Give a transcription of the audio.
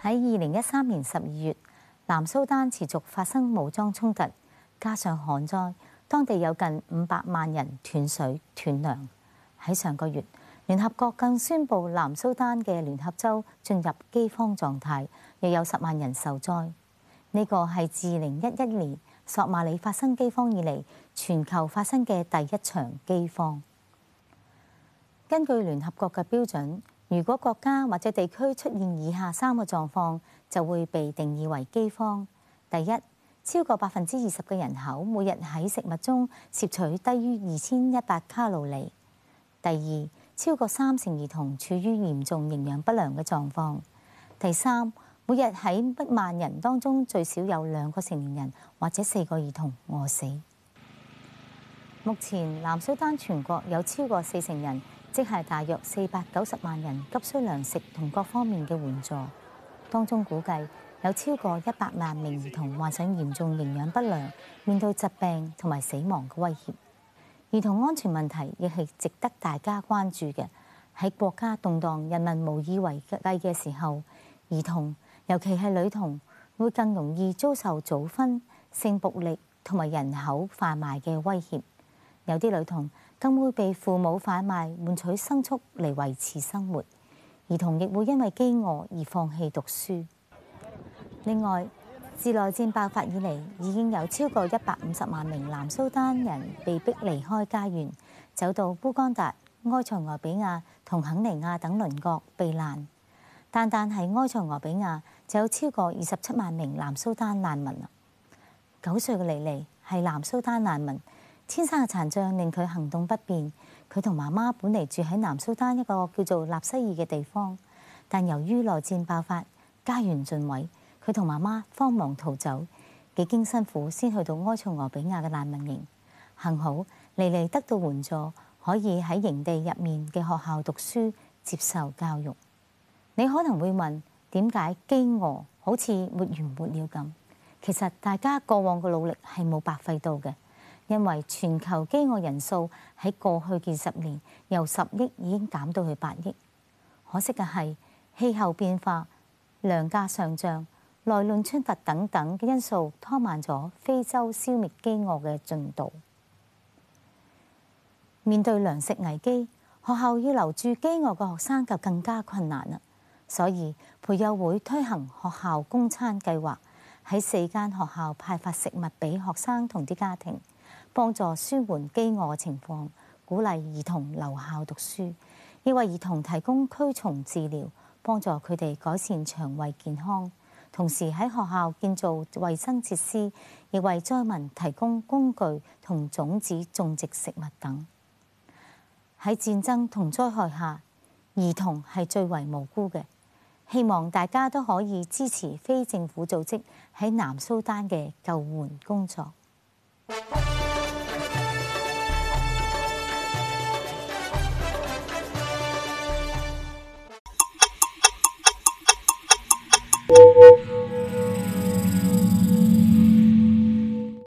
喺2013年12月，南蘇丹持續發生武裝衝突，加上旱災，當地有近500萬人斷水斷糧。喺上個月，聯合國更宣布南蘇丹嘅聯合州進入饑荒狀態，又有10萬人受災。呢個係自2011年索馬里發生饑荒以嚟，全球發生嘅第一場饑荒。根據聯合國嘅標準，如果國家或者地區出現以下3個狀況，就會被定義為饑荒。第一，超過20%嘅人口每日喺食物中攝取低於2100卡路里。第二，超過30%兒童處於嚴重營養不良嘅狀況。第三，每日喺1萬人當中最少有2個成年人或者4個兒童餓死。目前南蘇丹全國有超過40%人，即係大約490萬人急需糧食同各方面嘅援助。當中估計有超過100萬名兒童患上嚴重營養不良，面對疾病同埋死亡嘅威脅。兒童安全問題亦係值得大家關注嘅。喺國家動盪、人民無以為繼嘅時候，兒童尤其係女童會更容易遭受早婚、性暴力同埋人口販賣嘅威脅。有啲女童更會被父母販賣換取牲畜嚟維持生活。兒童亦會因為飢餓而放棄讀書。另外，自內戰爆發以嚟，已經有超過150萬名南蘇丹人被迫離開家園，走到烏干達、埃塞俄比亞同肯尼亞等鄰國避難。單係埃塞俄比亞就有超過27萬名南蘇丹難民。9歲嘅莉莉係南蘇丹難民，天生嘅殘障令佢行動不便。佢同媽媽本嚟住喺南蘇丹一個叫做納西爾嘅地方，但由於內戰爆發，家園盡毀，佢同媽媽慌忙逃走，幾經辛苦先去到埃塞俄比亞嘅難民營。幸好莉莉得到援助，可以喺營地入面嘅學校讀書，接受教育。你可能會問，點解飢餓好似沒完沒了咁？其實大家過往嘅努力係冇白費到嘅。因為全球飢餓人數喺過去幾十年由10億已經減到去8億。可惜嘅係氣候變化、糧價上漲、內亂衝突等等嘅因素拖慢咗非洲消滅飢餓嘅進度。面對糧食危機，學校要留住飢餓嘅學生就更加困難啦。所以培幼會推行學校供餐計劃，喺4間學校派發食物俾學生同啲家庭，幫助舒緩飢餓嘅情況，鼓勵兒童留校讀書，亦為兒童提供驅蟲治療，幫助佢哋改善腸胃健康。同時喺學校建造衛生設施，亦為災民提供工具同種子種植食物等。喺戰爭同災害下，兒童係最為無辜嘅。希望大家都可以支持非政府組織喺南蘇丹嘅救援工作。